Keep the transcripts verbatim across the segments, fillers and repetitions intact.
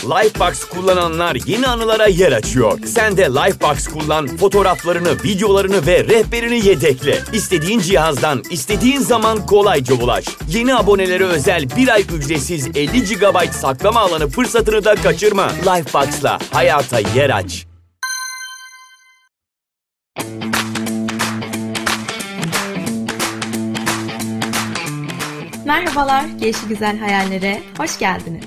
Lifebox kullananlar yeni anılara yer açıyor. Sen de Lifebox kullan, fotoğraflarını, videolarını ve rehberini yedekle. İstediğin cihazdan, istediğin zaman kolayca ulaş. Yeni abonelere özel bir ay ücretsiz elli gigabayt saklama alanı fırsatını da kaçırma. Lifebox'la hayata yer aç. Merhabalar, Gelişi Güzel Hayallere hoş geldiniz.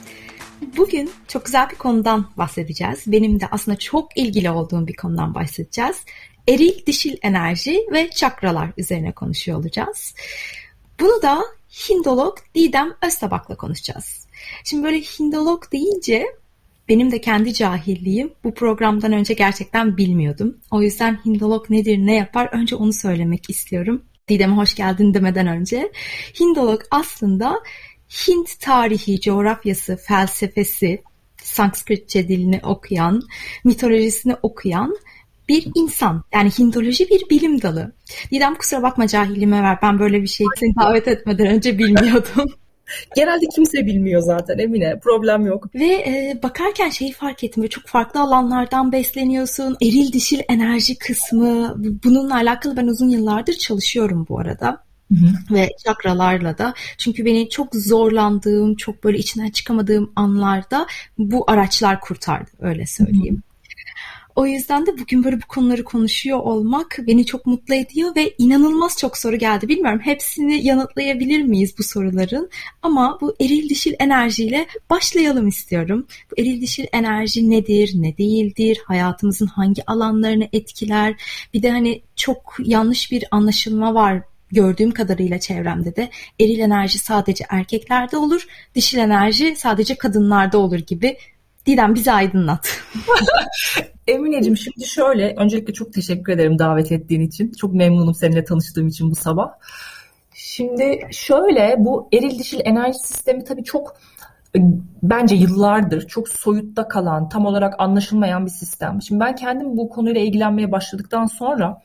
Bugün çok güzel bir konudan bahsedeceğiz. Benim de aslında çok ilgili olduğum bir konudan bahsedeceğiz. Eril dişil enerji ve çakralar üzerine konuşuyor olacağız. Bunu da Hindolog Didem Öztabak'la konuşacağız. Şimdi böyle Hindolog deyince benim de kendi cahilliğim bu programdan önce gerçekten bilmiyordum. O yüzden Hindolog nedir, ne yapar önce onu söylemek istiyorum. Didem'e hoş geldin demeden önce. Hindolog aslında Hint tarihi, coğrafyası, felsefesi, Sanskritçe dilini okuyan, mitolojisini okuyan bir insan. Yani Hindoloji bir bilim dalı. Didem kusura bakma cahilliğime ver. Ben böyle bir şey seni davet etmeden önce bilmiyordum. Genelde kimse bilmiyor zaten Emine. Problem yok. Ve e, bakarken şeyi fark ettim. Ve çok farklı alanlardan besleniyorsun. Eril dişil enerji kısmı. Bununla alakalı ben uzun yıllardır çalışıyorum bu arada. Hı hı. Ve çakralarla da. Çünkü beni çok zorlandığım, çok böyle içinden çıkamadığım anlarda bu araçlar kurtardı. Öyle söyleyeyim. Hı hı. O yüzden de bugün böyle bu konuları konuşuyor olmak beni çok mutlu ediyor ve inanılmaz çok soru geldi. Bilmiyorum hepsini yanıtlayabilir miyiz bu soruların, ama bu eril dişil enerjiyle başlayalım istiyorum. Bu eril dişil enerji nedir, ne değildir, hayatımızın hangi alanlarını etkiler? Bir de hani çok yanlış bir anlaşılma var. Gördüğüm kadarıyla çevremde de eril enerji sadece erkeklerde olur, dişil enerji sadece kadınlarda olur gibi. Didem bizi aydınlat. Emineciğim şimdi şöyle, öncelikle çok teşekkür ederim davet ettiğin için. Çok memnunum seninle tanıştığım için bu sabah. Şimdi şöyle, bu eril dişil enerji sistemi tabii çok bence yıllardır çok soyutta kalan, tam olarak anlaşılmayan bir sistem. Şimdi ben kendim bu konuyla ilgilenmeye başladıktan sonra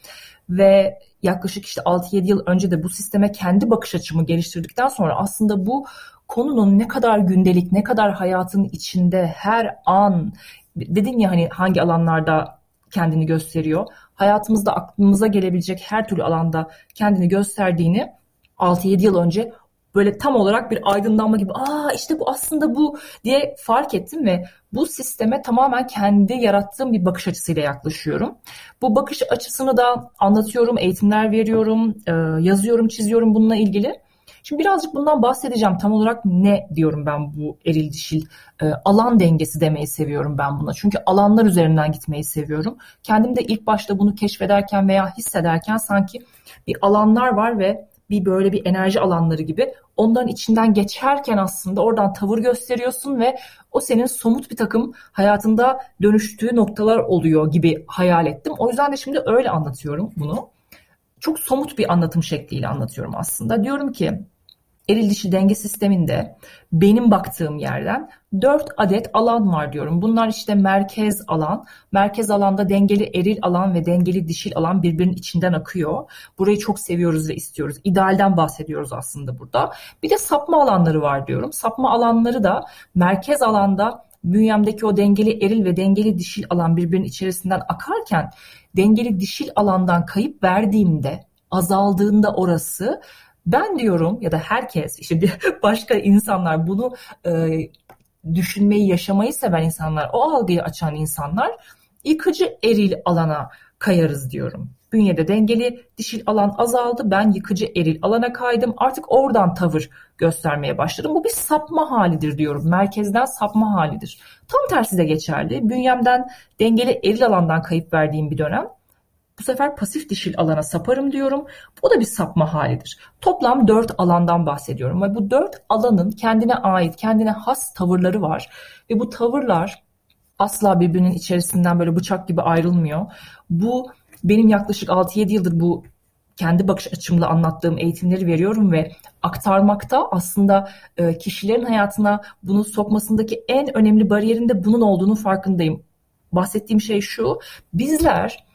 ve yaklaşık işte altı yedi yıl önce de bu sisteme kendi bakış açımı geliştirdikten sonra aslında bu konunun ne kadar gündelik, ne kadar hayatın içinde her an, dedin ya hani hangi alanlarda kendini gösteriyor, hayatımızda aklımıza gelebilecek her türlü alanda kendini gösterdiğini altı yedi yıl önce böyle tam olarak bir aydınlanma gibi, aa işte bu aslında bu diye fark ettim ve bu sisteme tamamen kendi yarattığım bir bakış açısıyla yaklaşıyorum. Bu bakış açısını da anlatıyorum, eğitimler veriyorum, yazıyorum, çiziyorum bununla ilgili. Şimdi birazcık bundan bahsedeceğim. Tam olarak ne diyorum ben bu eril dişil e, alan dengesi demeyi seviyorum ben buna. Çünkü alanlar üzerinden gitmeyi seviyorum. Kendim de ilk başta bunu keşfederken veya hissederken sanki bir alanlar var ve bir böyle bir enerji alanları gibi. Onların içinden geçerken aslında oradan tavır gösteriyorsun ve o senin somut bir takım hayatında dönüştüğü noktalar oluyor gibi hayal ettim. O yüzden de şimdi öyle anlatıyorum bunu. Çok somut bir anlatım şekliyle anlatıyorum aslında. Diyorum ki eril dişil denge sisteminde benim baktığım yerden dört adet alan var diyorum. Bunlar işte merkez alan. Merkez alanda dengeli eril alan ve dengeli dişil alan birbirinin içinden akıyor. Burayı çok seviyoruz ve istiyoruz. İdealden bahsediyoruz aslında burada. Bir de sapma alanları var diyorum. Sapma alanları da merkez alanda bünyemdeki o dengeli eril ve dengeli dişil alan birbirinin içerisinden akarken dengeli dişil alandan kayıp verdiğimde, azaldığında orası, ben diyorum ya da herkes, işte başka insanlar bunu e, düşünmeyi, yaşamayı seven insanlar, o algıyı açan insanlar yıkıcı eril alana kayarız diyorum. Bünyede dengeli dişil alan azaldı, ben yıkıcı eril alana kaydım, artık oradan tavır göstermeye başladım. Bu bir sapma halidir diyorum, merkezden sapma halidir. Tam tersi de geçerli, bünyemden dengeli eril alandan kayıp verdiğim bir dönem, bu sefer pasif dişil alana saparım diyorum. Bu da bir sapma halidir. Toplam dört alandan bahsediyorum. Ve bu dört alanın kendine ait, kendine has tavırları var. Ve bu tavırlar asla birbirinin içerisinden böyle bıçak gibi ayrılmıyor. Bu benim yaklaşık altı yedi yıldır bu kendi bakış açımla anlattığım eğitimleri veriyorum ve aktarmakta aslında kişilerin hayatına bunu sokmasındaki en önemli bariyerin de bunun olduğunu farkındayım. Bahsettiğim şey şu: bizler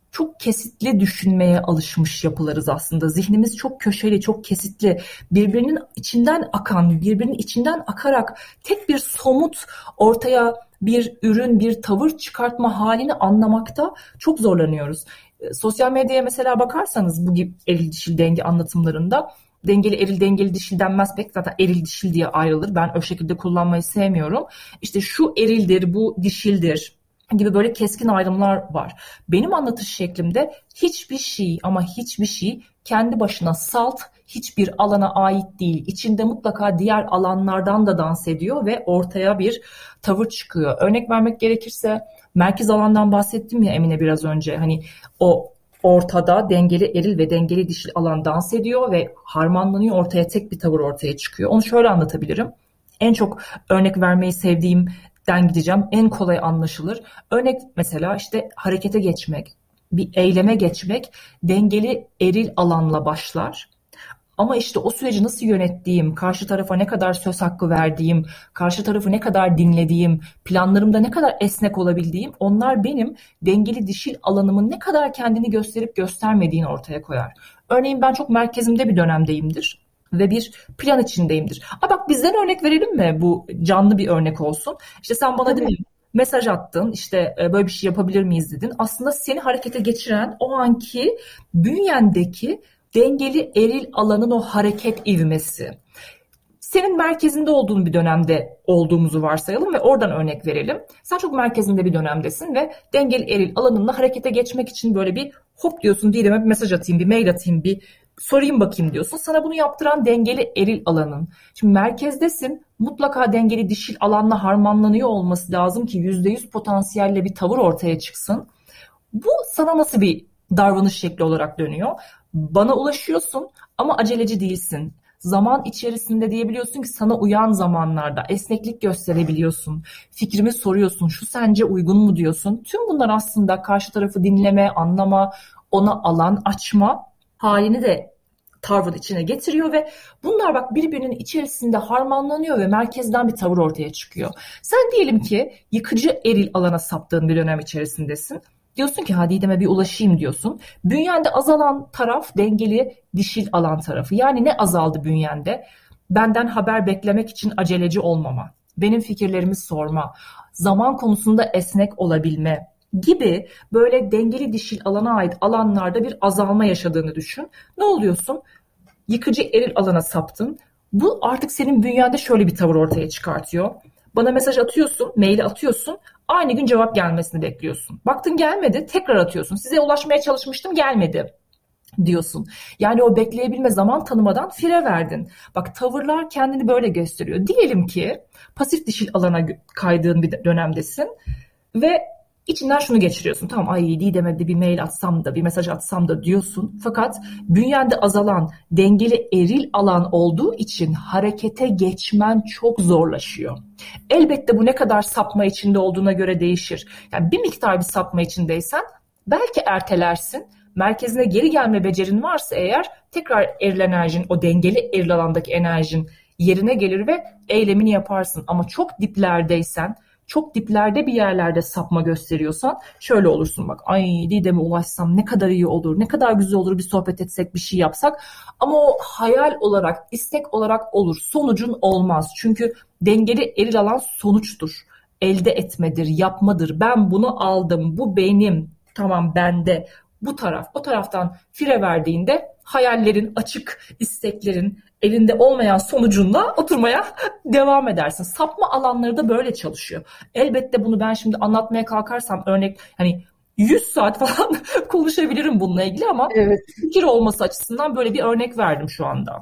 çok kesitli düşünmeye alışmış yapılarız aslında. Zihnimiz çok köşeli, çok kesitli. Birbirinin içinden akan, birbirinin içinden akarak tek bir somut ortaya bir ürün, bir tavır çıkartma halini anlamakta çok zorlanıyoruz. Sosyal medyaya mesela bakarsanız bu gibi eril dişil denge anlatımlarında dengeli eril dengeli dişil denmez pek, zaten eril dişil diye ayrılır. Ben o şekilde kullanmayı sevmiyorum. İşte şu erildir, bu dişildir gibi böyle keskin ayrımlar var. Benim anlatış şeklimde hiçbir şey ama hiçbir şey kendi başına salt, hiçbir alana ait değil. İçinde mutlaka diğer alanlardan da dans ediyor ve ortaya bir tavır çıkıyor. Örnek vermek gerekirse merkez alandan bahsettim ya Emine biraz önce. Hani o ortada dengeli eril ve dengeli dişil alan dans ediyor ve harmanlanıyor, ortaya tek bir tavır ortaya çıkıyor. Onu şöyle anlatabilirim. En çok örnek vermeyi sevdiğimden gideceğim. En kolay anlaşılır. Örnek mesela işte harekete geçmek, bir eyleme geçmek dengeli eril alanla başlar. Ama işte o süreci nasıl yönettiğim, karşı tarafa ne kadar söz hakkı verdiğim, karşı tarafı ne kadar dinlediğim, planlarımda ne kadar esnek olabildiğim, onlar benim dengeli dişil alanımın ne kadar kendini gösterip göstermediğini ortaya koyar. Örneğin ben çok merkezimde bir dönemdeyimdir ve bir plan içindeyimdir. Aa bak bizden örnek verelim mi? Bu canlı bir örnek olsun. İşte sen bana değil mi? Mesaj attın, işte böyle bir şey yapabilir miyiz dedin. Aslında seni harekete geçiren o anki bünyendeki dengeli eril alanın o hareket ivmesi. Senin merkezinde olduğun bir dönemde olduğumuzu varsayalım ve oradan örnek verelim. Sen çok merkezinde bir dönemdesin ve dengeli eril alanınla harekete geçmek için böyle bir hop diyorsun, Didem'e bir mesaj atayım, bir mail atayım, bir sorayım bakayım diyorsun. Sana bunu yaptıran dengeli eril alanın. Şimdi merkezdesin, mutlaka dengeli dişil alanla harmanlanıyor olması lazım ki yüzde yüz potansiyelle bir tavır ortaya çıksın. Bu sana nasıl bir davranış şekli olarak dönüyor? Bana ulaşıyorsun ama aceleci değilsin. Zaman içerisinde diyebiliyorsun ki sana uyan zamanlarda esneklik gösterebiliyorsun. Fikrimi soruyorsun, şu sence uygun mu diyorsun. Tüm bunlar aslında karşı tarafı dinleme, anlama, ona alan açma halini de tavrın içine getiriyor ve bunlar bak birbirinin içerisinde harmanlanıyor ve merkezden bir tavır ortaya çıkıyor. Sen diyelim ki yıkıcı eril alana saptığın bir dönem içerisindesin. Diyorsun ki hadi Didem'e bir ulaşayım diyorsun. Bünyende azalan taraf dengeli dişil alan tarafı. Yani ne azaldı bünyende? Benden haber beklemek için aceleci olmama, benim fikirlerimi sorma, zaman konusunda esnek olabilme gibi böyle dengeli dişil alana ait alanlarda bir azalma yaşadığını düşün. Ne oluyorsun? Yıkıcı eril alana saptın. Bu artık senin bünyende şöyle bir tavır ortaya çıkartıyor. Bana mesaj atıyorsun, maili atıyorsun. Aynı gün cevap gelmesini bekliyorsun. Baktın gelmedi, tekrar atıyorsun. Size ulaşmaya çalışmıştım, gelmedi diyorsun. Yani o bekleyebilme, zaman tanımadan fire verdin. Bak tavırlar kendini böyle gösteriyor. Diyelim ki pasif dişil alana kaydığın bir dönemdesin ve İçinden şunu geçiriyorsun. Tamam ay Didem'e de bir mail atsam da bir mesaj atsam da diyorsun. Fakat bünyende azalan dengeli eril alan olduğu için harekete geçmen çok zorlaşıyor. Elbette bu ne kadar sapma içinde olduğuna göre değişir. Yani bir miktar bir sapma içindeysen belki ertelersin. Merkezine geri gelme becerin varsa eğer tekrar eril enerjin, o dengeli eril alandaki enerjin yerine gelir ve eylemini yaparsın. Ama çok diplerdeysen, çok diplerde bir yerlerde sapma gösteriyorsan şöyle olursun bak. Ay Didem'e ulaşsam ne kadar iyi olur, ne kadar güzel olur bir sohbet etsek, bir şey yapsak. Ama o hayal olarak, istek olarak olur. Sonucun olmaz. Çünkü dengeli eril alan sonuçtur. Elde etmedir, yapmadır. Ben bunu aldım, bu benim, tamam bende. Bu taraf, o taraftan fire verdiğinde hayallerin, açık isteklerin, elinde olmayan sonucunla oturmaya devam edersin. Sapma alanları da böyle çalışıyor. Elbette bunu ben şimdi anlatmaya kalkarsam örnek hani yüz saat falan konuşabilirim bununla ilgili ama evet, fikir olması açısından böyle bir örnek verdim şu anda.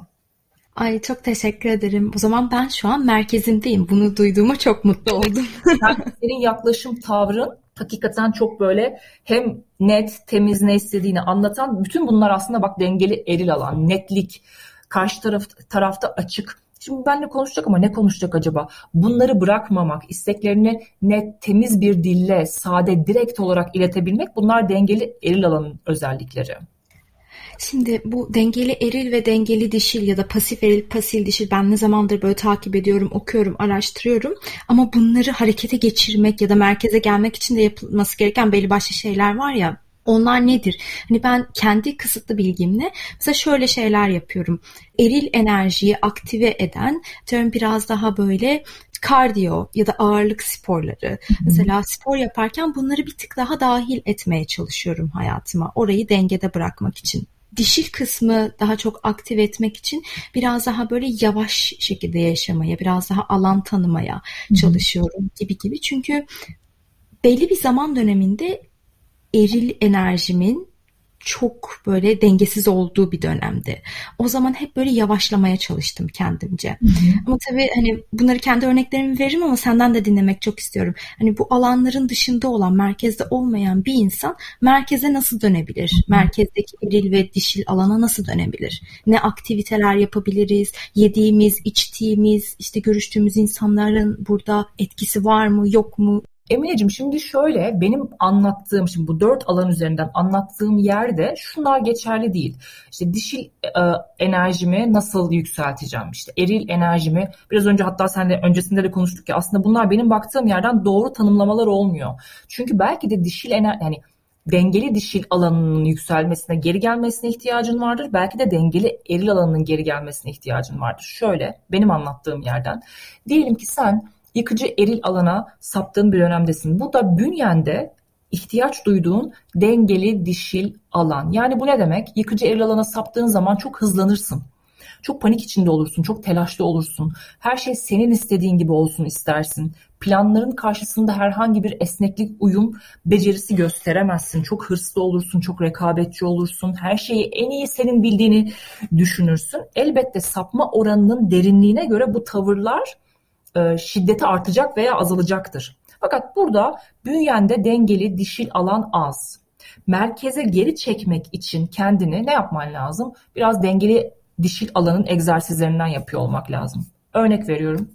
Ay çok teşekkür ederim. O zaman ben şu an merkezindeyim. Bunu duyduğuma çok mutlu oldum. Senin yaklaşım tavrın hakikaten çok böyle hem net, temiz, ne istediğini anlatan, bütün bunlar aslında bak dengeli eril alan, netlik, karşı taraf, tarafta açık. Şimdi benimle konuşacak ama ne konuşacak acaba? Bunları bırakmamak, isteklerini net, temiz bir dille, sade, direkt olarak iletebilmek, bunlar dengeli eril alanın özellikleri. Şimdi bu dengeli eril ve dengeli dişil ya da pasif eril, pasif dişil ben ne zamandır böyle takip ediyorum, okuyorum, araştırıyorum. Ama bunları harekete geçirmek ya da merkeze gelmek için de yapılması gereken belli başlı şeyler var ya. Onlar nedir? Hani ben kendi kısıtlı bilgimle mesela şöyle şeyler yapıyorum. Eril enerjiyi aktive eden, diyorum biraz daha böyle kardiyo ya da ağırlık sporları. Hı-hı. Mesela spor yaparken bunları bir tık daha dahil etmeye çalışıyorum hayatıma. Orayı dengede bırakmak için. Dişil kısmı daha çok aktive etmek için biraz daha böyle yavaş şekilde yaşamaya, biraz daha alan tanımaya Hı-hı. çalışıyorum gibi gibi. Çünkü belli bir zaman döneminde eril enerjimin çok böyle dengesiz olduğu bir dönemdi. O zaman hep böyle yavaşlamaya çalıştım kendimce. Hı hı. Ama tabii hani bunları kendi örneklerimi veririm ama senden de dinlemek çok istiyorum. Hani bu alanların dışında olan, merkezde olmayan bir insan merkeze nasıl dönebilir? Hı hı. Merkezdeki eril ve dişil alana nasıl dönebilir? Ne aktiviteler yapabiliriz? Yediğimiz, içtiğimiz, işte görüştüğümüz insanların burada etkisi var mı, yok mu? Emineciğim şimdi şöyle, benim anlattığım, şimdi bu dört alan üzerinden anlattığım yerde şunlar geçerli değil. İşte dişil e, enerjimi nasıl yükselteceğim? İşte eril enerjimi, biraz önce hatta seninle öncesinde de konuştuk ya, aslında bunlar benim baktığım yerden doğru tanımlamalar olmuyor. Çünkü belki de dişil enerji, yani dengeli dişil alanının yükselmesine, geri gelmesine ihtiyacın vardır. Belki de dengeli eril alanının geri gelmesine ihtiyacın vardır. Şöyle, benim anlattığım yerden. Diyelim ki sen yıkıcı eril alana saptığın bir dönemdesin. Bu da bünyende ihtiyaç duyduğun dengeli dişil alan. Yani bu ne demek? Yıkıcı eril alana saptığın zaman çok hızlanırsın. Çok panik içinde olursun, çok telaşlı olursun. Her şey senin istediğin gibi olsun istersin. Planların karşısında herhangi bir esneklik, uyum becerisi gösteremezsin. Çok hırslı olursun, çok rekabetçi olursun. Her şeyi en iyi senin bildiğini düşünürsün. Elbette sapma oranının derinliğine göre bu tavırlar şiddeti artacak veya azalacaktır. Fakat burada bünyende dengeli dişil alan az. Merkeze geri çekmek için kendini ne yapman lazım? Biraz dengeli dişil alanın egzersizlerinden yapıyor olmak lazım. Örnek veriyorum.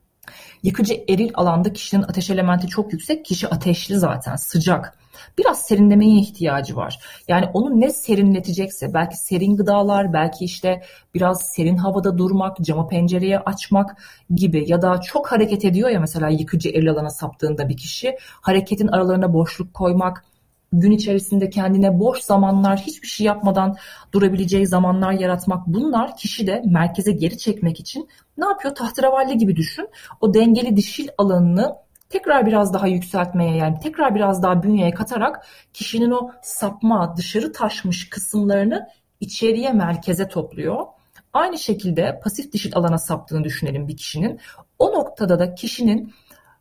Yıkıcı eril alanda kişinin ateş elementi çok yüksek. Kişi ateşli zaten, sıcak. Biraz serinlemeye ihtiyacı var. Yani onu ne serinletecekse, belki serin gıdalar, belki işte biraz serin havada durmak, camı pencereyi açmak gibi, ya da çok hareket ediyor ya mesela yıkıcı eril alana saptığında bir kişi, hareketin aralarına boşluk koymak, gün içerisinde kendine boş zamanlar, hiçbir şey yapmadan durabileceği zamanlar yaratmak, bunlar kişide merkeze geri çekmek için ne yapıyor? Tahterevalli gibi düşün. O dengeli dişil alanını tekrar biraz daha yükseltmeye, yani tekrar biraz daha bünyeye katarak kişinin o sapma, dışarı taşmış kısımlarını içeriye, merkeze topluyor. Aynı şekilde pasif dişil alana saptığını düşünelim bir kişinin. O noktada da kişinin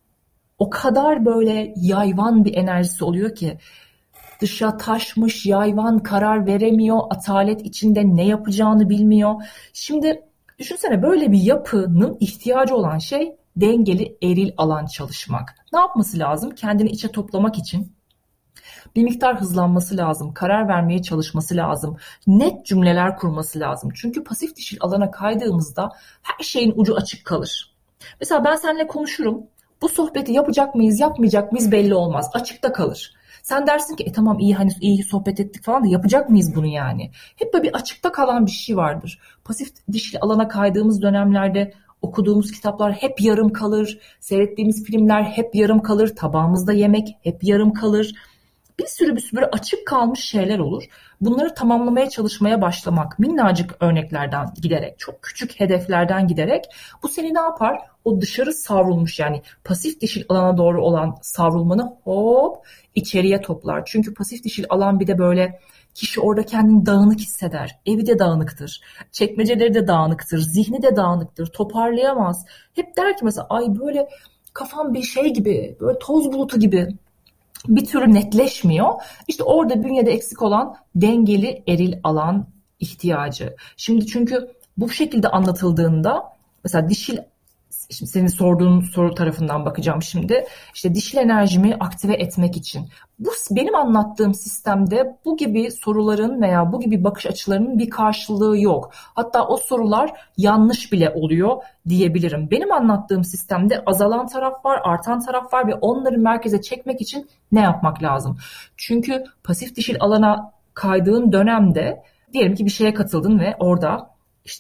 o kadar böyle yayvan bir enerjisi oluyor ki, dışa taşmış, yayvan, karar veremiyor, atalet içinde ne yapacağını bilmiyor. Şimdi düşünsene, böyle bir yapının ihtiyacı olan şey dengeli eril alan çalışmak. Ne yapması lazım? Kendini içe toplamak için bir miktar hızlanması lazım, karar vermeye çalışması lazım, net cümleler kurması lazım. Çünkü pasif dişil alana kaydığımızda her şeyin ucu açık kalır. Mesela ben seninle konuşurum, bu sohbeti yapacak mıyız, yapmayacak mıyız belli olmaz, açıkta kalır. Sen dersin ki e tamam iyi, hani iyi sohbet ettik falan da yapacak mıyız bunu yani? Hep böyle bir açıkta kalan bir şey vardır. Pasif dişil alana kaydığımız dönemlerde okuduğumuz kitaplar hep yarım kalır. Seyrettiğimiz filmler hep yarım kalır. Tabağımızda yemek hep yarım kalır. Bir sürü bir sürü açık kalmış şeyler olur. Bunları tamamlamaya çalışmaya başlamak, minnacık örneklerden giderek, çok küçük hedeflerden giderek, bu seni ne yapar? O dışarı savrulmuş, yani pasif dişil alana doğru olan savrulmanı hop içeriye toplar. Çünkü pasif dişil alan bir de böyle, kişi orada kendini dağınık hisseder. Evi de dağınıktır. Çekmeceleri de dağınıktır. Zihni de dağınıktır. Toparlayamaz. Hep der ki mesela, ay böyle kafam bir şey gibi, böyle toz bulutu gibi, bir türlü netleşmiyor. İşte orada bünyede eksik olan dengeli eril alan ihtiyacı. Şimdi çünkü bu şekilde anlatıldığında mesela dişil, şimdi senin sorduğun soru tarafından bakacağım şimdi. İşte dişil enerjimi aktive etmek için. Bu benim anlattığım sistemde bu gibi soruların veya bu gibi bakış açılarının bir karşılığı yok. Hatta o sorular yanlış bile oluyor diyebilirim. Benim anlattığım sistemde azalan taraf var, artan taraf var ve onları merkeze çekmek için ne yapmak lazım? Çünkü pasif dişil alana kaydığın dönemde diyelim ki bir şeye katıldın ve orada işte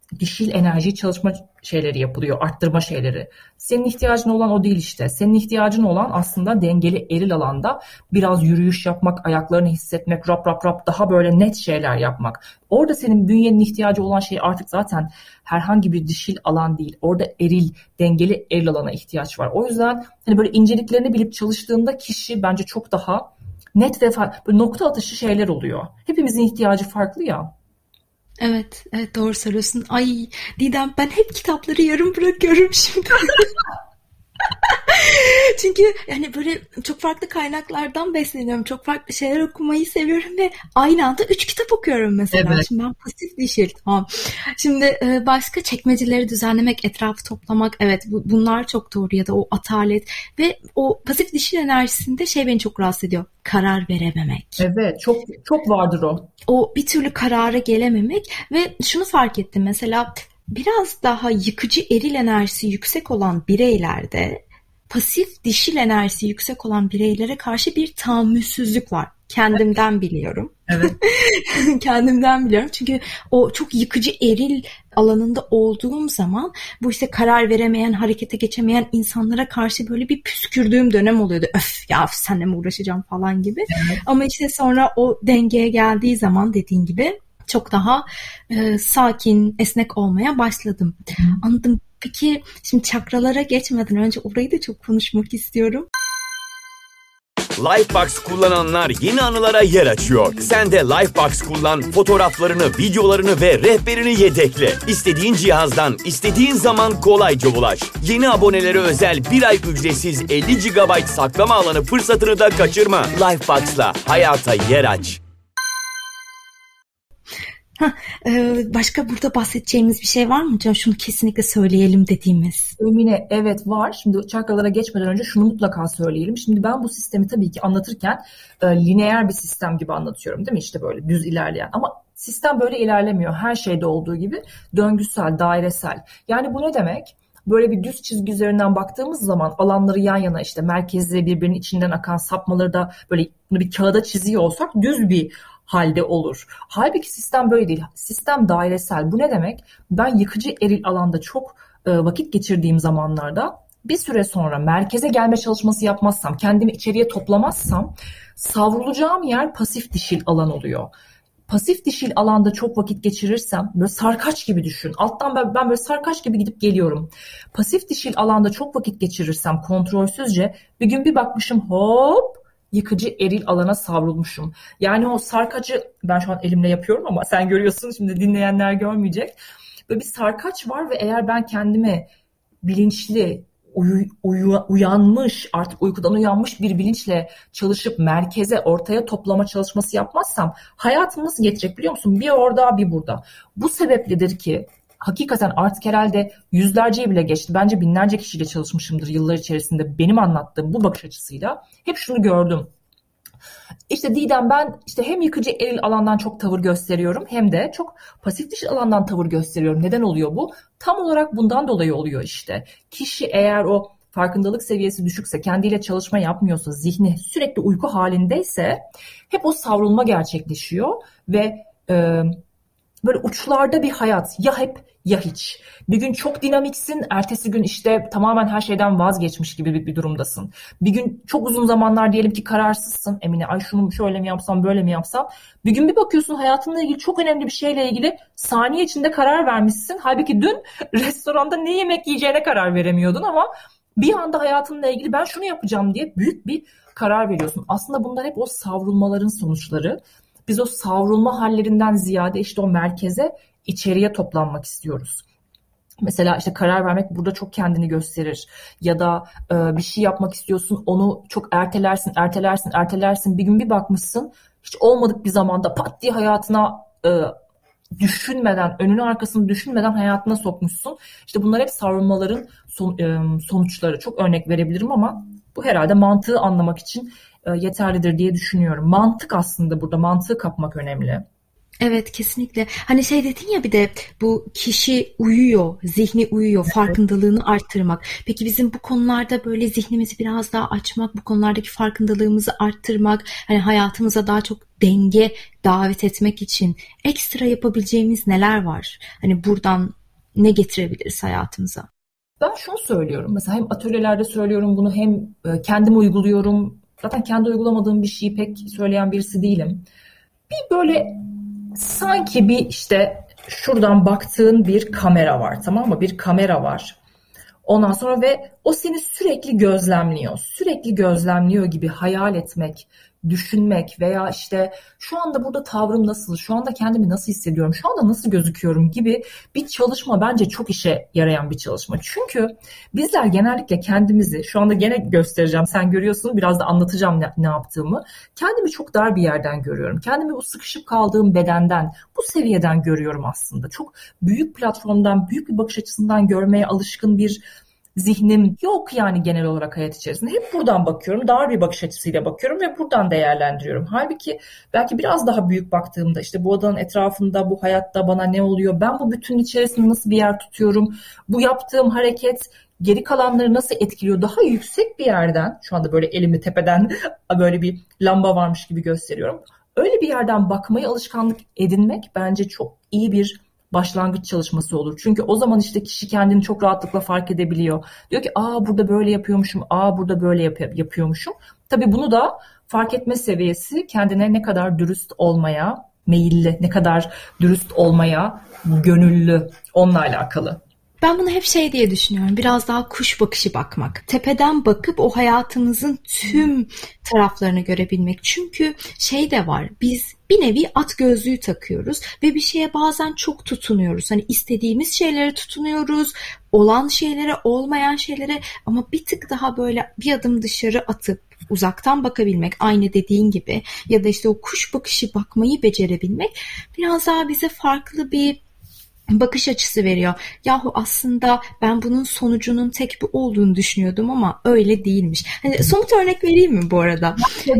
dişil enerji çalışma şeyleri yapılıyor, arttırma şeyleri. Senin ihtiyacın olan o değil işte. Senin ihtiyacın olan aslında dengeli eril alanda biraz yürüyüş yapmak, ayaklarını hissetmek, rap rap rap daha böyle net şeyler yapmak. Orada senin bünyenin ihtiyacı olan şey artık zaten herhangi bir dişil alan değil. Orada eril, dengeli eril alana ihtiyaç var. O yüzden hani böyle inceliklerini bilip çalıştığında kişi bence çok daha net ve böyle nokta atışı şeyler oluyor. Hepimizin ihtiyacı farklı ya. Evet, evet doğru söylüyorsun. Ay Didem, ben hep kitapları yarım bırakıyorum şimdi. Çünkü yani böyle çok farklı kaynaklardan besleniyorum. Çok farklı şeyler okumayı seviyorum ve aynı anda üç kitap okuyorum mesela. Evet. Şimdi ben pasif dişil. Tamam. Şimdi başka çekmeceleri düzenlemek, etrafı toplamak. Evet bunlar çok doğru, ya da o atalet ve o pasif dişil enerjisinde şey beni çok rahatsız ediyor. Karar verememek. Evet, çok çok vardır o. O bir türlü karara gelememek ve şunu fark ettim mesela, biraz daha yıkıcı eril enerjisi yüksek olan bireylerde pasif dişil enerjisi yüksek olan bireylere karşı bir tahammülsüzlük var. Kendimden biliyorum. Evet. Kendimden biliyorum. Çünkü o çok yıkıcı eril alanında olduğum zaman bu işte karar veremeyen, harekete geçemeyen insanlara karşı böyle bir püskürdüğüm dönem oluyordu. Öf ya seninle mi uğraşacağım falan gibi. Evet. Ama işte sonra o dengeye geldiği zaman dediğin gibi çok daha e, sakin, esnek olmaya başladım. Hı. Anladım. Peki şimdi çakralara geçmeden önce orayı da çok konuşmak istiyorum. Lifebox kullananlar yeni anılara yer açıyor. Sen de Lifebox kullan, fotoğraflarını, videolarını ve rehberini yedekle. İstediğin cihazdan, istediğin zaman kolayca ulaş. Yeni abonelere özel bir ay ücretsiz elli gigabayt saklama alanı fırsatını da kaçırma. Lifebox'la hayata yer aç. Heh, e, başka burada bahsedeceğimiz bir şey var mı? Can, şunu kesinlikle söyleyelim dediğimiz. Emine, evet var. Şimdi çakralara geçmeden önce şunu mutlaka söyleyelim. Şimdi ben bu sistemi tabii ki anlatırken e, lineer bir sistem gibi anlatıyorum değil mi? İşte böyle düz ilerleyen. Ama sistem böyle ilerlemiyor. Her şeyde olduğu gibi döngüsel, dairesel. Yani bu ne demek? Böyle bir düz çizgi üzerinden baktığımız zaman alanları yan yana, işte merkezle birbirinin içinden akan sapmaları da böyle bir kağıda çiziyor olsak düz bir halde olur. Halbuki sistem böyle değil. Sistem dairesel. Bu ne demek? Ben yıkıcı eril alanda çok e, vakit geçirdiğim zamanlarda bir süre sonra merkeze gelme çalışması yapmazsam, kendimi içeriye toplamazsam savrulacağım yer pasif dişil alan oluyor. Pasif dişil alanda çok vakit geçirirsem, böyle sarkaç gibi düşün. Alttan ben, ben böyle sarkaç gibi gidip geliyorum. Pasif dişil alanda çok vakit geçirirsem kontrolsüzce bir gün bir bakmışım hop yıkıcı eril alana savrulmuşum. Yani o sarkacı ben şu an elimle yapıyorum ama sen görüyorsun, şimdi dinleyenler görmeyecek. Böyle bir sarkaç var ve eğer ben kendimi bilinçli, uyu, uyu, uyanmış, artık uykudan uyanmış bir bilinçle çalışıp merkeze, ortaya toplama çalışması yapmazsam hayatım nasıl geçecek biliyor musun? Bir orada bir burada. Bu sebepledir ki hakikaten artık herhalde yüzlerce bile geçti. Bence binlerce kişiyle çalışmışımdır yıllar içerisinde benim anlattığım bu bakış açısıyla. Hep şunu gördüm. İşte Didem, ben işte hem yıkıcı eril alandan çok tavır gösteriyorum hem de çok pasif dişil alandan tavır gösteriyorum. Neden oluyor bu? Tam olarak bundan dolayı oluyor işte. Kişi eğer o farkındalık seviyesi düşükse, kendiyle çalışma yapmıyorsa, zihni sürekli uyku halindeyse hep o savrulma gerçekleşiyor ve e, böyle uçlarda bir hayat, ya hep ya hiç. Bir gün çok dinamiksin, ertesi gün işte tamamen her şeyden vazgeçmiş gibi bir, bir durumdasın. Bir gün çok uzun zamanlar diyelim ki kararsızsın. Emine, ay şunu şöyle mi yapsam, böyle mi yapsam. Bir gün bir bakıyorsun hayatınla ilgili çok önemli bir şeyle ilgili saniye içinde karar vermişsin. Halbuki dün restoranda ne yemek yiyeceğine karar veremiyordun ama bir anda hayatınla ilgili ben şunu yapacağım diye büyük bir karar veriyorsun. Aslında bunlar hep o savrulmaların sonuçları. Biz o savrulma hallerinden ziyade işte o merkeze, içeriye toplanmak istiyoruz. Mesela işte karar vermek burada çok kendini gösterir. Ya da e, bir şey yapmak istiyorsun, onu çok ertelersin, ertelersin, ertelersin. Bir gün bir bakmışsın, hiç olmadık bir zamanda pat diye hayatına e, düşünmeden, önünü arkasını düşünmeden hayatına sokmuşsun. İşte bunlar hep savrulmaların son, e, sonuçları. Çok örnek verebilirim ama bu herhalde mantığı anlamak için yeterlidir diye düşünüyorum. Mantık aslında burada, mantığı kapmak önemli. Evet, kesinlikle. Hani şey dedin ya, bir de bu kişi uyuyor, zihni uyuyor, evet. Farkındalığını arttırmak. Peki bizim bu konularda böyle zihnimizi biraz daha açmak, bu konulardaki farkındalığımızı arttırmak, hani hayatımıza daha çok denge davet etmek için ekstra yapabileceğimiz neler var? Hani buradan ne getirebiliriz hayatımıza? Ben şunu söylüyorum. Mesela hem atölyelerde söylüyorum bunu, hem kendim uyguluyorum. Zaten kendi uygulamadığım bir şeyi pek söyleyen birisi değilim. Bir böyle sanki bir işte şuradan baktığın bir kamera var, tamam mı? Bir kamera var. Ondan sonra ve o seni sürekli gözlemliyor. Sürekli gözlemliyor gibi hayal etmek, düşünmek veya işte şu anda burada tavrım nasıl, şu anda kendimi nasıl hissediyorum, şu anda nasıl gözüküyorum gibi bir çalışma bence çok işe yarayan bir çalışma. Çünkü bizler genellikle kendimizi, şu anda gene göstereceğim, sen görüyorsun, biraz da anlatacağım ne, ne yaptığımı. Kendimi çok dar bir yerden görüyorum. Kendimi bu sıkışıp kaldığım bedenden, bu seviyeden görüyorum aslında. Çok büyük platformdan, büyük bir bakış açısından görmeye alışkın bir zihnim yok yani genel olarak hayat içerisinde. Hep buradan bakıyorum, dar bir bakış açısıyla bakıyorum ve buradan değerlendiriyorum. Halbuki belki biraz daha büyük baktığımda işte bu adanın etrafında, bu hayatta bana ne oluyor? Ben bu bütünün içerisinde nasıl bir yer tutuyorum? Bu yaptığım hareket geri kalanları nasıl etkiliyor? Daha yüksek bir yerden, şu anda böyle elimi tepeden böyle bir lamba varmış gibi gösteriyorum. Öyle bir yerden bakmayı alışkanlık edinmek bence çok iyi bir başlangıç çalışması olur. Çünkü o zaman işte kişi kendini çok rahatlıkla fark edebiliyor. Diyor ki aa burada böyle yapıyormuşum, aa burada böyle yap- yapıyormuşum. Tabii bunu da fark etme seviyesi kendine ne kadar dürüst olmaya meyilli, ne kadar dürüst olmaya gönüllü, onunla alakalı. Ben bunu hep şey diye düşünüyorum. Biraz daha kuş bakışı bakmak. Tepeden bakıp o hayatımızın tüm taraflarını görebilmek. Çünkü şey de var. Biz bir nevi at gözlüğü takıyoruz ve bir şeye bazen çok tutunuyoruz. Hani istediğimiz şeylere tutunuyoruz. Olan şeylere, olmayan şeylere, ama bir tık daha böyle bir adım dışarı atıp uzaktan bakabilmek, aynı dediğin gibi, ya da işte o kuş bakışı bakmayı becerebilmek biraz daha bize farklı bir bakış açısı veriyor. Yahu aslında ben bunun sonucunun tek bir olduğunu düşünüyordum ama öyle değilmiş. Hani somut örnek vereyim mi bu arada?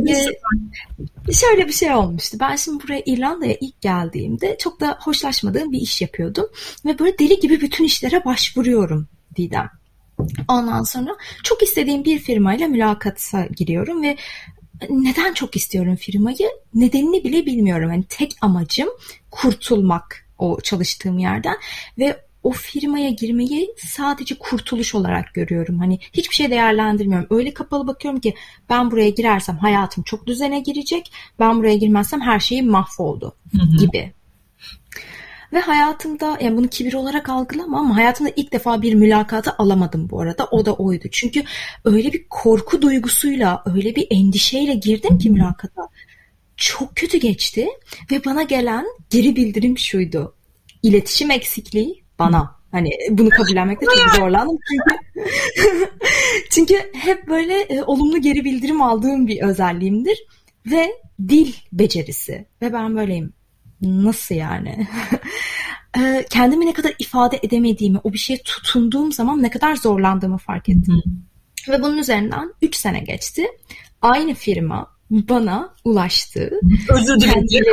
ee, şöyle bir şey olmuştu. Ben şimdi buraya, İrlanda'ya ilk geldiğimde çok da hoşlaşmadığım bir iş yapıyordum. Ve böyle deli gibi bütün işlere başvuruyorum Didem. Ondan sonra çok istediğim bir firmayla mülakata giriyorum ve neden çok istiyorum firmayı? Nedenini bile bilmiyorum. Yani tek amacım kurtulmak o çalıştığım yerden ve o firmaya girmeyi sadece kurtuluş olarak görüyorum. Hani hiçbir şey değerlendirmiyorum. Öyle kapalı bakıyorum ki ben buraya girersem hayatım çok düzene girecek. Ben buraya girmezsem her şeyim mahvoldu gibi. Ve hayatımda, yani bunu kibir olarak algılama ama hayatımda ilk defa bir mülakata alamadım bu arada. O da oydu. Çünkü öyle bir korku duygusuyla, öyle bir endişeyle girdim ki mülakata. Çok kötü geçti ve bana gelen geri bildirim şuydu. İletişim eksikliği bana. Hani bunu kabullenmekte çok zorlandım. Çünkü çünkü hep böyle e, olumlu geri bildirim aldığım bir özelliğimdir. Ve dil becerisi. Ve ben böyleyim. Nasıl yani? Kendimi ne kadar ifade edemediğimi, o bir şeye tutunduğum zaman ne kadar zorlandığımı fark ettim. Hı. Ve bunun üzerinden üç sene geçti. Aynı firma bana ulaştı. Özür dilerim.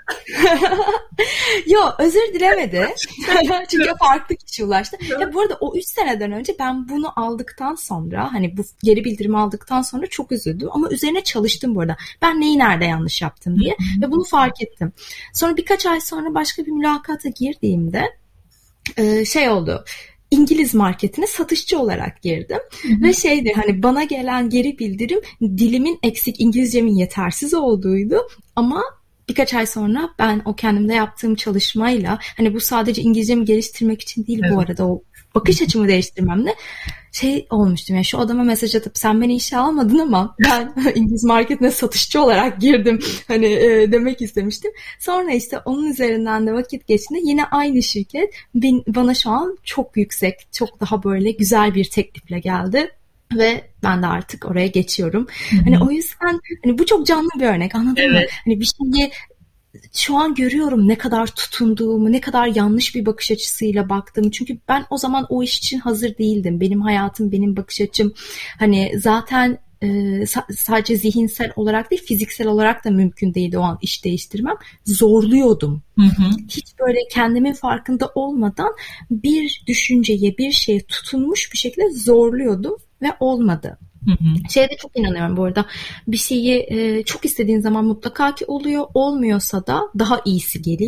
Yok, özür dilemedi. Çünkü farklı kişi ulaştı. Ya bu arada o üç seneden önce ben bunu aldıktan sonra, hani bu geri bildirimi aldıktan sonra çok üzüldüm. Ama üzerine çalıştım bu arada. Ben neyi nerede yanlış yaptım diye. Ve bunu fark ettim. Sonra birkaç ay sonra başka bir mülakata girdiğimde şey oldu. İngiliz marketine satışçı olarak girdim. Hı hı. Ve şeydi, hani bana gelen geri bildirim dilimin eksik, İngilizcemin yetersiz olduğuydu. Ama birkaç ay sonra ben o kendimde yaptığım çalışmayla, hani bu sadece İngilizcemi geliştirmek için değil, evet, bu arada o bakış açımı değiştirmemle şey olmuştum. Yani şu adama mesaj atıp sen beni işe almadın ama ben İngiliz marketine satışçı olarak girdim hani e, demek istemiştim. Sonra işte onun üzerinden de vakit geçtiğinde yine aynı şirket ben, bana şu an çok yüksek, çok daha böyle güzel bir teklifle geldi. Ve ben de artık oraya geçiyorum. Hı-hı. Hani o yüzden hani bu çok canlı bir örnek, anladın evet. mı? Hani bir şeyi şu an görüyorum, ne kadar tutunduğumu, ne kadar yanlış bir bakış açısıyla baktığımı. Çünkü ben o zaman o iş için hazır değildim. Benim hayatım, benim bakış açım hani zaten e, sadece zihinsel olarak değil, fiziksel olarak da mümkün değildi o an iş değiştirmem. Zorluyordum. Hı hı. Hiç böyle kendimin farkında olmadan bir düşünceye, bir şeye tutunmuş bir şekilde zorluyordum ve olmadı. Hı hı. Şeye de çok inanıyorum bu arada. Bir şeyi e, çok istediğin zaman mutlaka ki oluyor. Olmuyorsa da daha iyisi geliyor.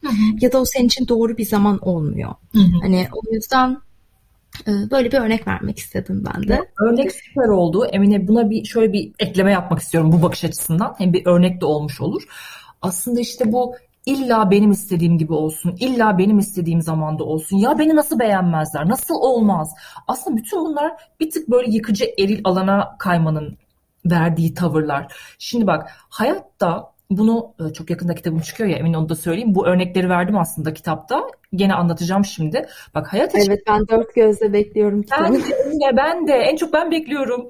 Hı hı. Ya da o senin için doğru bir zaman olmuyor. Hı hı. Hani o yüzden böyle bir örnek vermek istedim ben de. Örnek süper oldu. Emine, buna bir şöyle bir ekleme yapmak istiyorum bu bakış açısından. Hem bir örnek de olmuş olur. Aslında işte bu illa benim istediğim gibi olsun, illa benim istediğim zamanda olsun. Ya beni nasıl beğenmezler, nasıl olmaz? Aslında bütün bunlar bir tık böyle yıkıcı eril alana kaymanın verdiği tavırlar. Şimdi bak, hayatta bunu çok yakında kitabım çıkıyor ya, emin onu da söyleyeyim. Bu örnekleri verdim aslında kitapta. Gene anlatacağım şimdi. Bak hayat için... Evet, ben dört gözle bekliyorum kitabı. Ben de, ben de. En çok ben bekliyorum.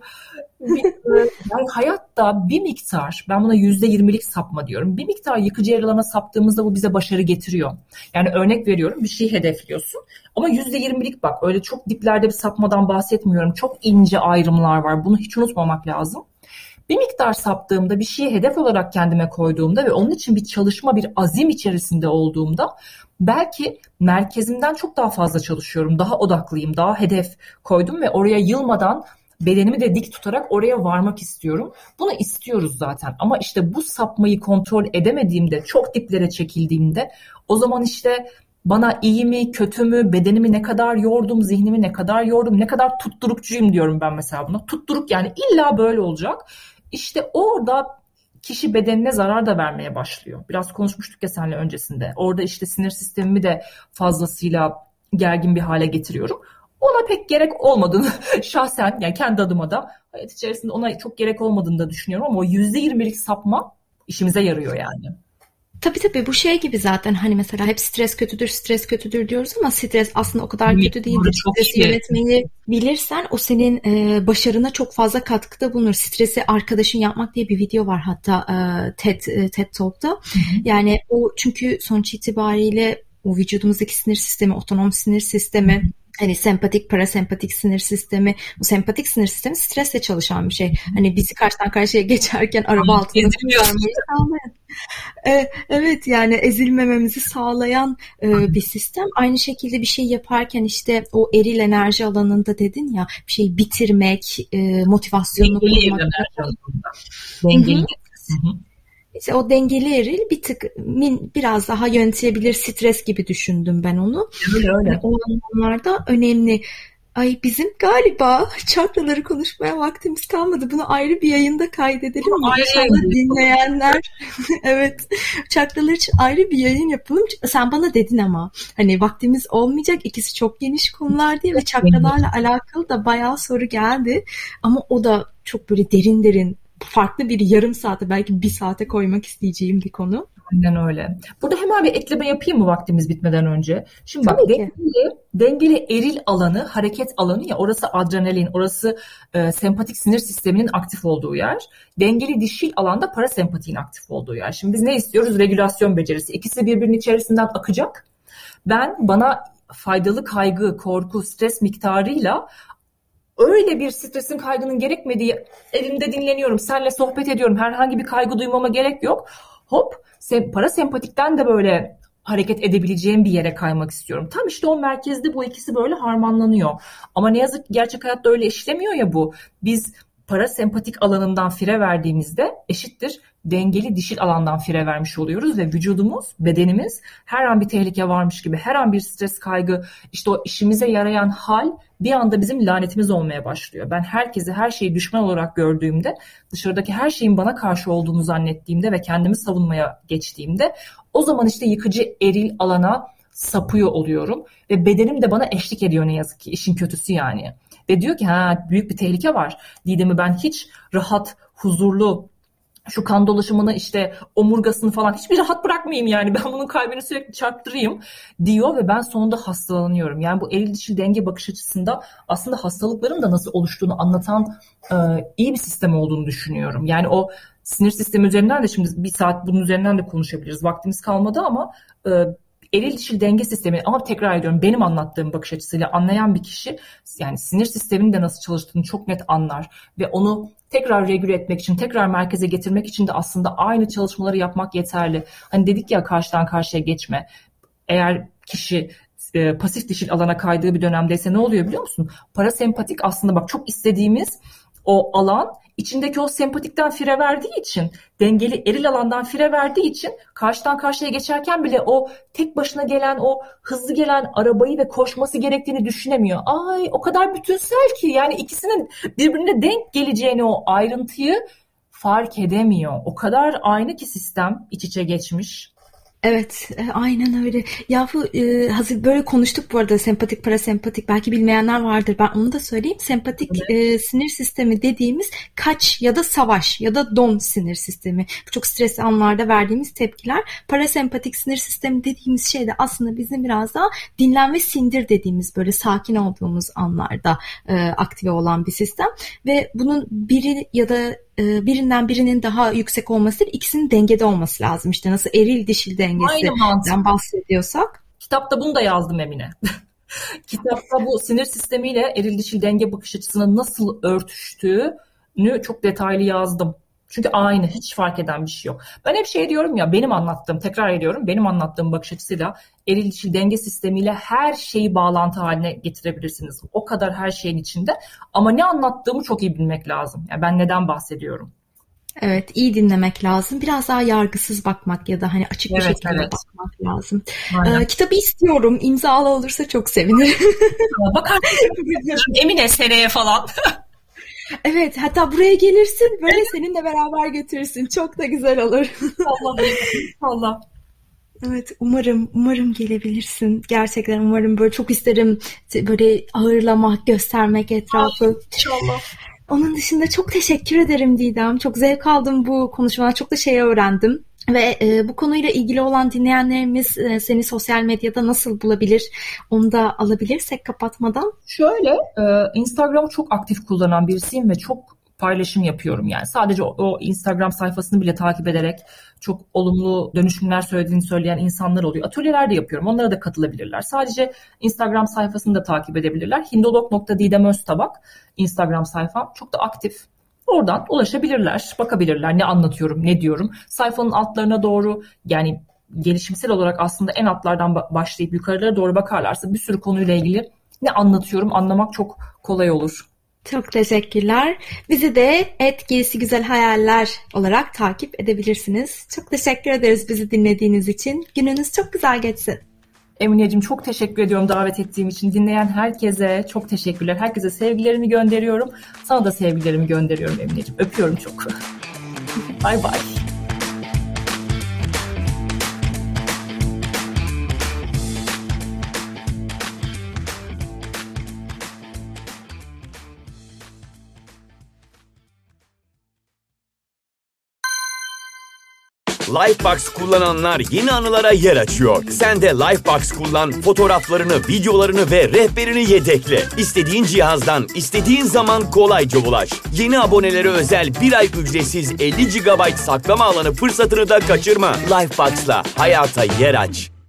Yani hayatta bir miktar, ben buna yüzde yirmilik sapma diyorum. Bir miktar yıkıcı alana saptığımızda bu bize başarı getiriyor. Yani örnek veriyorum, bir şey hedefliyorsun. Ama yüzde yirmilik bak, öyle çok diplerde bir sapmadan bahsetmiyorum. Çok ince ayrımlar var. Bunu hiç unutmamak lazım. Bir miktar saptığımda, bir şeyi hedef olarak kendime koyduğumda ve onun için bir çalışma, bir azim içerisinde olduğumda belki merkezimden çok daha fazla çalışıyorum. Daha odaklıyım, daha hedef koydum ve oraya yılmadan bedenimi de dik tutarak oraya varmak istiyorum. Bunu istiyoruz zaten ama işte bu sapmayı kontrol edemediğimde, çok diplere çekildiğimde o zaman işte bana iyi mi, kötü mü, bedenimi ne kadar yordum, zihnimi ne kadar yordum, ne kadar tutturukçuyum diyorum ben mesela buna. Tutturuk, yani illa böyle olacak. İşte orada kişi bedenine zarar da vermeye başlıyor. Biraz konuşmuştuk ya seninle öncesinde. Orada işte sinir sistemimi de fazlasıyla gergin bir hale getiriyorum. Ona pek gerek olmadığını şahsen, yani kendi adıma da hayat içerisinde ona çok gerek olmadığını da düşünüyorum ama o yüzde yirmilik sapma işimize yarıyor yani. Tabii tabii, bu şey gibi zaten, hani mesela hep stres kötüdür, stres kötüdür diyoruz ama stres aslında o kadar Evet, kötü değildir. Stresi yönetmeyi bilirsen o senin e, başarına çok fazla katkıda bulunur. Stresi arkadaşın yapmak diye bir video var hatta e, TED, e, TED Talk'ta. Hı hı. Yani o, çünkü sonuç itibariyle o vücudumuzdaki sinir sistemi, otonom sinir sistemi, hı hı. Hani sempatik, parasempatik sinir sistemi, bu sempatik sinir sistemi stresle çalışan bir şey. Hani bizi karşıdan karşıya geçerken araba altında kurtarmayı sağlayan. Evet, yani ezilmememizi sağlayan bir sistem. Aynı şekilde bir şey yaparken işte o eril enerji alanında dedin ya, bir şeyi bitirmek, motivasyonunu kurmak. Dengeli. İşte o dengeli eril bir tık min, biraz daha yönetilebilir stres gibi düşündüm ben onu. Öyle öyle. O anlamlarda önemli. Ay, bizim galiba çakraları konuşmaya vaktimiz kalmadı. Bunu ayrı bir yayında kaydedelim mi? İnşallah dinleyenler evet, çakralar için ayrı bir yayın yapalım. Sen bana dedin ama hani vaktimiz olmayacak, ikisi çok geniş konular diye ve çakralarla alakalı da bayağı soru geldi. Ama o da çok böyle derin derin, farklı bir yarım saate, belki bir saate koymak isteyeceğim bir konu. Aynen öyle. Burada hemen bir ekleme yapayım mı vaktimiz bitmeden önce? Şimdi bak, dengeli, dengeli eril alanı, hareket alanı ya, orası adrenalin, orası e, sempatik sinir sisteminin aktif olduğu yer. Dengeli dişil alanda parasempatiğin aktif olduğu yer. Şimdi biz ne istiyoruz? Regülasyon becerisi. İkisi birbirinin içerisinden akacak. Ben bana faydalı kaygı, korku, stres miktarıyla öyle bir stresin, kaygının gerekmediği, evimde dinleniyorum, seninle sohbet ediyorum, herhangi bir kaygı duymama gerek yok. Hop, parasempatikten de böyle hareket edebileceğim bir yere kaymak istiyorum. Tam işte o merkezde bu ikisi böyle harmanlanıyor. Ama ne yazık ki gerçek hayatta öyle işlemiyor ya bu. Biz parasempatik alanından fire verdiğimizde eşittir dengeli dişil alandan fire vermiş oluyoruz ve vücudumuz, bedenimiz her an bir tehlike varmış gibi, her an bir stres, kaygı, işte o işimize yarayan hal bir anda bizim lanetimiz olmaya başlıyor. Ben herkesi, her şeyi düşman olarak gördüğümde, dışarıdaki her şeyin bana karşı olduğunu zannettiğimde ve kendimi savunmaya geçtiğimde, o zaman işte yıkıcı eril alana sapıyor oluyorum ve bedenim de bana eşlik ediyor ne yazık ki, işin kötüsü yani. Ve diyor ki ha, büyük bir tehlike var. Didem'i ben hiç rahat, huzurlu, şu kan dolaşımını, işte omurgasını falan hiçbir rahat bırakmayayım yani, ben bunun kalbini sürekli çarptırayım diyor ve ben sonunda hastalanıyorum. Yani bu eril dişil denge bakış açısında aslında hastalıkların da nasıl oluştuğunu anlatan e, iyi bir sistem olduğunu düşünüyorum. Yani o sinir sistemi üzerinden de şimdi bir saat bunun üzerinden de konuşabiliriz. Vaktimiz kalmadı ama e, eril dişil denge sistemi, ama tekrar ediyorum, benim anlattığım bakış açısıyla anlayan bir kişi yani sinir sisteminin de nasıl çalıştığını çok net anlar ve onu tekrar regüle etmek için, tekrar merkeze getirmek için de aslında aynı çalışmaları yapmak yeterli. Hani dedik ya, karşıdan karşıya geçme. Eğer kişi e, pasif dişil alana kaydığı bir dönemdeyse ne oluyor biliyor musun? Parasempatik aslında bak çok istediğimiz o alan içindeki o sempatikten fire verdiği için, dengeli eril alandan fire verdiği için karşıdan karşıya geçerken bile o tek başına gelen, o hızlı gelen arabayı ve koşması gerektiğini düşünemiyor. Ay o kadar bütünsel ki, yani ikisinin birbirine denk geleceğini, o ayrıntıyı fark edemiyor. O kadar aynı ki sistem iç içe geçmiş. Evet, e, aynen öyle. Ya bu e, hazır böyle konuştuk bu arada, sempatik parasempatik, belki bilmeyenler vardır. Ben onu da söyleyeyim. Sempatik e, sinir sistemi dediğimiz kaç ya da savaş ya da don sinir sistemi. Bu çok stresli anlarda verdiğimiz tepkiler. Parasempatik sinir sistemi dediğimiz şey de aslında bizim biraz daha dinlen ve sindir dediğimiz, böyle sakin olduğumuz anlarda e, aktive olan bir sistem. Ve bunun biri ya da birinden birinin daha yüksek olması değil, ikisinin dengede olması lazım. İşte nasıl eril dişil dengesinden bahsediyorsak. Kitapta bunu da yazdım Emine. Kitapta bu sinir sistemiyle eril dişil denge bakış açısının nasıl örtüştüğünü çok detaylı yazdım. Çünkü aynı, hiç fark eden bir şey yok. Ben hep şey diyorum ya, benim anlattığım, tekrar ediyorum, benim anlattığım bakış açısıyla eril dişil denge sistemiyle her şeyi bağlantı haline getirebilirsiniz. O kadar her şeyin içinde. Ama ne anlattığımı çok iyi bilmek lazım. Yani ben neden bahsediyorum? Evet, iyi dinlemek lazım. Biraz daha yargısız bakmak ya da hani açık bir evet, şekilde evet. bakmak lazım. Ee, kitabı istiyorum. İmzalı olursa çok sevinirim. Bakar Emine seneye falan. Evet, hatta buraya gelirsin, böyle seninle beraber götürürsün. Çok da güzel olur. Allah Allah. Evet, umarım umarım gelebilirsin. Gerçekten umarım, böyle çok isterim böyle ağırlamak, göstermek etrafı. İnşallah. Onun dışında çok teşekkür ederim Didem. Çok zevk aldım bu konuşmadan. Çok da şey öğrendim. Ve e, bu konuyla ilgili olan dinleyenlerimiz e, seni sosyal medyada nasıl bulabilir? Onu da alabilirsek kapatmadan. Şöyle, e, Instagram'ı çok aktif kullanan birisiyim ve çok paylaşım yapıyorum yani. Sadece o, o Instagram sayfasını bile takip ederek çok olumlu dönüşümler söylediğini söyleyen insanlar oluyor. Atölyeler de yapıyorum. Onlara da katılabilirler. Sadece Instagram sayfasını da takip edebilirler. hindolog nokta didem öztabak Instagram sayfam. Çok da aktif. Oradan ulaşabilirler, bakabilirler ne anlatıyorum, ne diyorum. Sayfanın altlarına doğru, yani gelişimsel olarak aslında en altlardan başlayıp yukarılara doğru bakarlarsa bir sürü konuyla ilgili ne anlatıyorum anlamak çok kolay olur. Çok teşekkürler. Bizi de et giysi güzel hayaller olarak takip edebilirsiniz. Çok teşekkür ederiz bizi dinlediğiniz için. Gününüz çok güzel geçsin. Emineciğim çok teşekkür ediyorum davet ettiğim için. Dinleyen herkese çok teşekkürler. Herkese sevgilerimi gönderiyorum. Sana da sevgilerimi gönderiyorum Emineciğim. Öpüyorum çok. Bay bay. Lifebox kullananlar yeni anılara yer açıyor. Sen de Lifebox kullan, fotoğraflarını, videolarını ve rehberini yedekle. İstediğin cihazdan, istediğin zaman kolayca ulaş. Yeni abonelere özel bir ay ücretsiz elli gigabayt saklama alanı fırsatını da kaçırma. Lifebox'la hayata yer aç.